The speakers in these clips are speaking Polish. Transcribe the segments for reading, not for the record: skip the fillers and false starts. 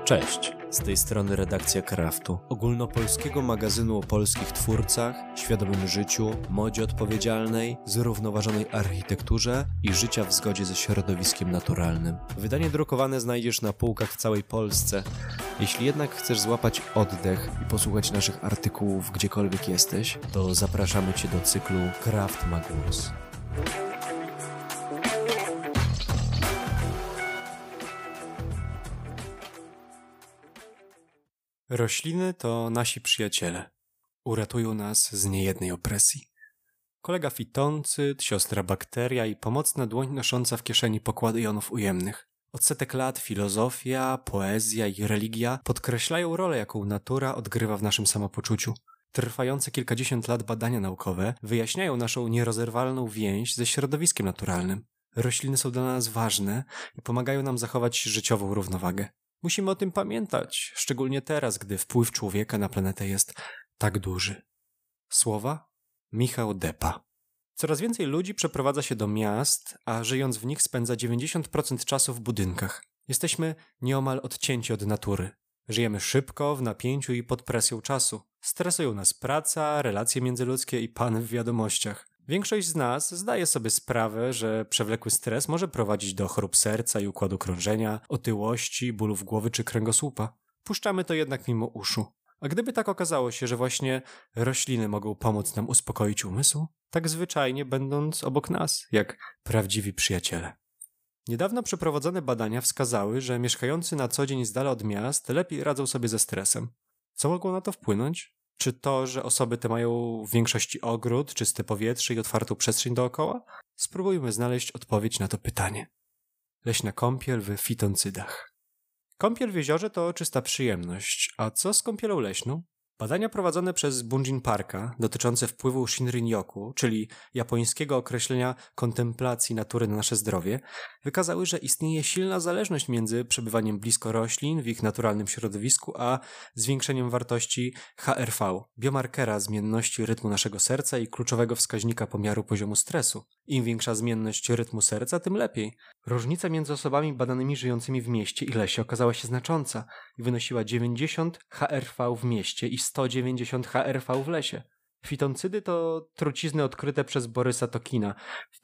Cześć, z tej strony redakcja Craftu, ogólnopolskiego magazynu o polskich twórcach, świadomym życiu, modzie odpowiedzialnej, zrównoważonej architekturze i życia w zgodzie ze środowiskiem naturalnym. Wydanie drukowane znajdziesz na półkach w całej Polsce. Jeśli jednak chcesz złapać oddech i posłuchać naszych artykułów gdziekolwiek jesteś, to zapraszamy Cię do cyklu Craft Magus. Rośliny to nasi przyjaciele. Uratują nas z niejednej opresji. Kolega fitoncyd, siostra bakteria i pomocna dłoń nosząca w kieszeni pokłady jonów ujemnych. Od setek lat filozofia, poezja i religia podkreślają rolę, jaką natura odgrywa w naszym samopoczuciu. Trwające kilkadziesiąt lat badania naukowe wyjaśniają naszą nierozerwalną więź ze środowiskiem naturalnym. Rośliny są dla nas ważne i pomagają nam zachować życiową równowagę. Musimy o tym pamiętać, szczególnie teraz, gdy wpływ człowieka na planetę jest tak duży. Słowa? Michał Depa. Coraz więcej ludzi przeprowadza się do miast, a żyjąc w nich spędza 90% czasu w budynkach. Jesteśmy nieomal odcięci od natury. Żyjemy szybko, w napięciu i pod presją czasu. Stresują nas praca, relacje międzyludzkie i pan w wiadomościach. Większość z nas zdaje sobie sprawę, że przewlekły stres może prowadzić do chorób serca i układu krążenia, otyłości, bólów głowy czy kręgosłupa. Puszczamy to jednak mimo uszu. A gdyby tak okazało się, że właśnie rośliny mogą pomóc nam uspokoić umysł, tak zwyczajnie będąc obok nas, jak prawdziwi przyjaciele. Niedawno przeprowadzone badania wskazały, że mieszkający na co dzień z dala od miast lepiej radzą sobie ze stresem. Co mogło na to wpłynąć? Czy to, że osoby te mają w większości ogród, czyste powietrze i otwartą przestrzeń dookoła? Spróbujmy znaleźć odpowiedź na to pytanie. Leśna kąpiel w fitoncydach. Kąpiel w jeziorze to czysta przyjemność, a co z kąpielą leśną? Badania prowadzone przez Bunjin Parka dotyczące wpływu Shinrin-yoku, czyli japońskiego określenia kontemplacji natury na nasze zdrowie, wykazały, że istnieje silna zależność między przebywaniem blisko roślin w ich naturalnym środowisku, a zwiększeniem wartości HRV, biomarkera zmienności rytmu naszego serca i kluczowego wskaźnika pomiaru poziomu stresu. Im większa zmienność rytmu serca, tym lepiej. Różnica między osobami badanymi żyjącymi w mieście i lesie okazała się znacząca i wynosiła 90 HRV w mieście i 190 HRV w lesie. Fitoncydy to trucizny odkryte przez Borysa Tokina w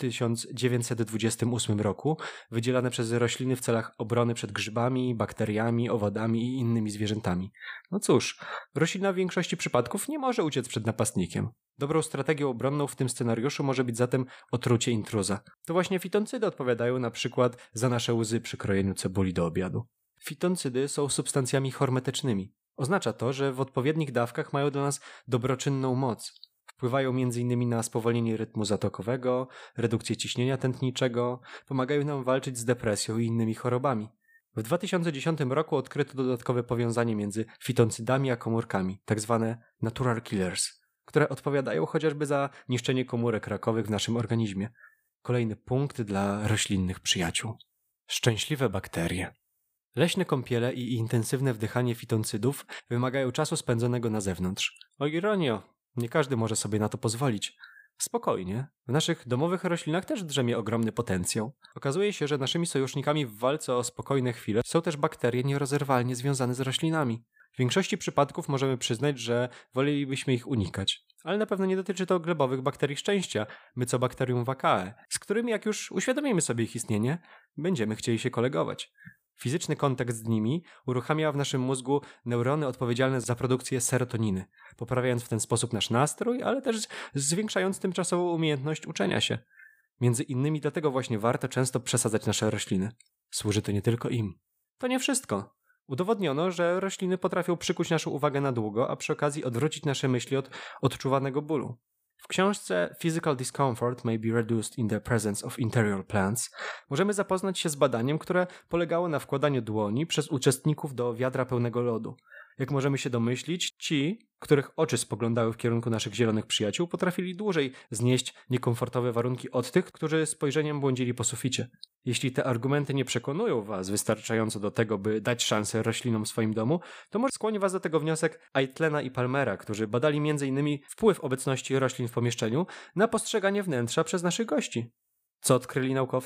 1928 roku, wydzielane przez rośliny w celach obrony przed grzybami, bakteriami, owadami i innymi zwierzętami. No cóż, roślina w większości przypadków nie może uciec przed napastnikiem. Dobrą strategią obronną w tym scenariuszu może być zatem otrucie intruza. To właśnie fitoncydy odpowiadają na przykład za nasze łzy przy krojeniu cebuli do obiadu. Fitoncydy są substancjami hormetycznymi. Oznacza to, że w odpowiednich dawkach mają dla nas dobroczynną moc. Wpływają m.in. na spowolnienie rytmu zatokowego, redukcję ciśnienia tętniczego, pomagają nam walczyć z depresją i innymi chorobami. W 2010 roku odkryto dodatkowe powiązanie między fitoncydami a komórkami, tzw. natural killers, które odpowiadają chociażby za niszczenie komórek rakowych w naszym organizmie. Kolejny punkt dla roślinnych przyjaciół. Szczęśliwe bakterie. Leśne kąpiele i intensywne wdychanie fitoncydów wymagają czasu spędzonego na zewnątrz. O ironio, nie każdy może sobie na to pozwolić. Spokojnie, w naszych domowych roślinach też drzemie ogromny potencjał. Okazuje się, że naszymi sojusznikami w walce o spokojne chwile są też bakterie nierozerwalnie związane z roślinami. W większości przypadków możemy przyznać, że wolelibyśmy ich unikać. Ale na pewno nie dotyczy to glebowych bakterii szczęścia, Mycobacterium vaccae, z którymi jak już uświadomimy sobie ich istnienie, będziemy chcieli się kolegować. Fizyczny kontakt z nimi uruchamia w naszym mózgu neurony odpowiedzialne za produkcję serotoniny, poprawiając w ten sposób nasz nastrój, ale też zwiększając tymczasową umiejętność uczenia się. Między innymi dlatego właśnie warto często przesadzać nasze rośliny. Służy to nie tylko im. To nie wszystko. Udowodniono, że rośliny potrafią przykuć naszą uwagę na długo, a przy okazji odwrócić nasze myśli od odczuwanego bólu. W książce Physical Discomfort May be Reduced in the Presence of Interior Plants możemy zapoznać się z badaniem, które polegało na wkładaniu dłoni przez uczestników do wiadra pełnego lodu. Jak możemy się domyślić, ci, których oczy spoglądały w kierunku naszych zielonych przyjaciół, potrafili dłużej znieść niekomfortowe warunki od tych, którzy spojrzeniem błądzili po suficie. Jeśli te argumenty nie przekonują Was wystarczająco do tego, by dać szansę roślinom w swoim domu, to może skłoni Was do tego wniosek Aitlena i Palmera, którzy badali m.in. wpływ obecności roślin w pomieszczeniu na postrzeganie wnętrza przez naszych gości. Co odkryli naukowcy?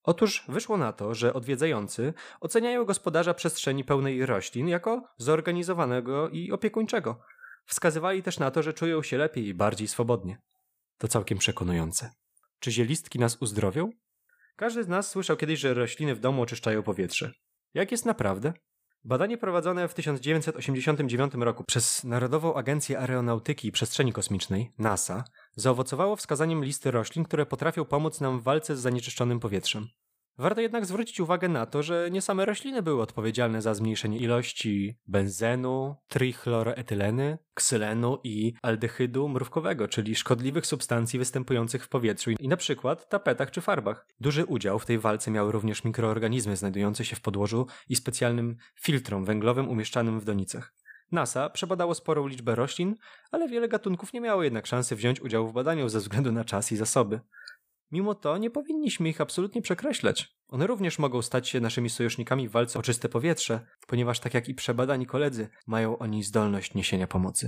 Otóż wyszło na to, że odwiedzający oceniają gospodarza przestrzeni pełnej roślin jako zorganizowanego i opiekuńczego. Wskazywali też na to, że czują się lepiej i bardziej swobodnie. To całkiem przekonujące. Czy zielistki nas uzdrowią? Każdy z nas słyszał kiedyś, że rośliny w domu oczyszczają powietrze. Jak jest naprawdę? Badanie prowadzone w 1989 roku przez Narodową Agencję Aeronautyki i Przestrzeni Kosmicznej, NASA, zaowocowało wskazaniem listy roślin, które potrafią pomóc nam w walce z zanieczyszczonym powietrzem. Warto jednak zwrócić uwagę na to, że nie same rośliny były odpowiedzialne za zmniejszenie ilości benzenu, trichloroetyleny, ksylenu i aldehydu mrówkowego, czyli szkodliwych substancji występujących w powietrzu i na przykład tapetach czy farbach. Duży udział w tej walce miały również mikroorganizmy znajdujące się w podłożu i specjalnym filtrom węglowym umieszczanym w donicach. NASA przebadało sporą liczbę roślin, ale wiele gatunków nie miało jednak szansy wziąć udziału w badaniu ze względu na czas i zasoby. Mimo to nie powinniśmy ich absolutnie przekreślać. One również mogą stać się naszymi sojusznikami w walce o czyste powietrze, ponieważ tak jak i przebadani koledzy, mają oni zdolność niesienia pomocy.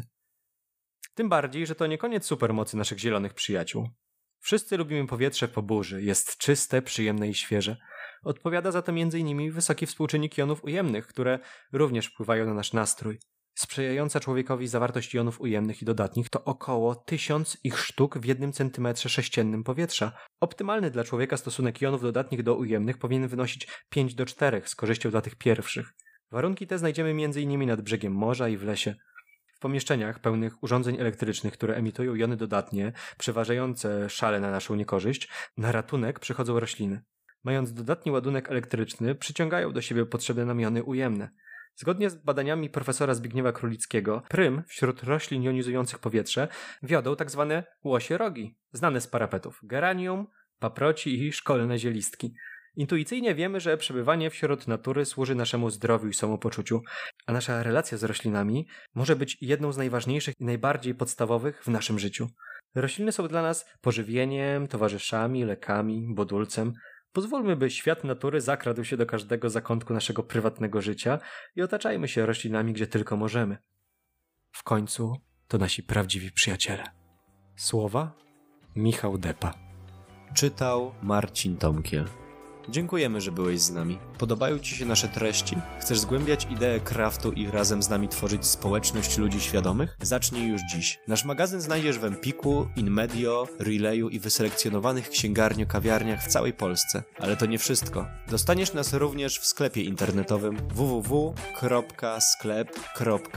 Tym bardziej, że to nie koniec supermocy naszych zielonych przyjaciół. Wszyscy lubimy powietrze po burzy, jest czyste, przyjemne i świeże. Odpowiada za to m.in. wysoki współczynnik jonów ujemnych, które również wpływają na nasz nastrój. Sprzyjająca człowiekowi zawartość jonów ujemnych i dodatnich to około 1000 ich sztuk w 1 cm3 powietrza. Optymalny dla człowieka stosunek jonów dodatnich do ujemnych powinien wynosić 5:4 z korzyścią dla tych pierwszych. Warunki te znajdziemy m.in. nad brzegiem morza i w lesie. W pomieszczeniach pełnych urządzeń elektrycznych, które emitują jony dodatnie, przeważające szale na naszą niekorzyść, na ratunek przychodzą rośliny. Mając dodatni ładunek elektryczny, przyciągają do siebie potrzebne nam jony ujemne. Zgodnie z badaniami profesora Zbigniewa Królickiego, prym wśród roślin jonizujących powietrze wiodą tzw. łosie rogi, znane z parapetów, geranium, paproci i szkolne zielistki. Intuicyjnie wiemy, że przebywanie wśród natury służy naszemu zdrowiu i samopoczuciu, a nasza relacja z roślinami może być jedną z najważniejszych i najbardziej podstawowych w naszym życiu. Rośliny są dla nas pożywieniem, towarzyszami, lekami, budulcem. Pozwólmy, by świat natury zakradł się do każdego zakątku naszego prywatnego życia i otaczajmy się roślinami, gdzie tylko możemy. W końcu to nasi prawdziwi przyjaciele. Słowa Michał Depa. Czytał Marcin Tomkiel. Dziękujemy, że byłeś z nami. Podobają Ci się nasze treści? Chcesz zgłębiać ideę craftu i razem z nami tworzyć społeczność ludzi świadomych? Zacznij już dziś. Nasz magazyn znajdziesz w Empiku, InMedio, Relayu i wyselekcjonowanych księgarnio-kawiarniach w całej Polsce. Ale to nie wszystko. Dostaniesz nas również w sklepie internetowym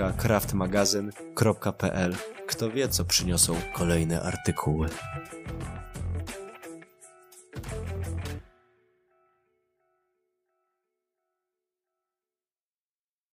www.sklep.craftmagazyn.pl. Kto wie, co przyniosą kolejne artykuły.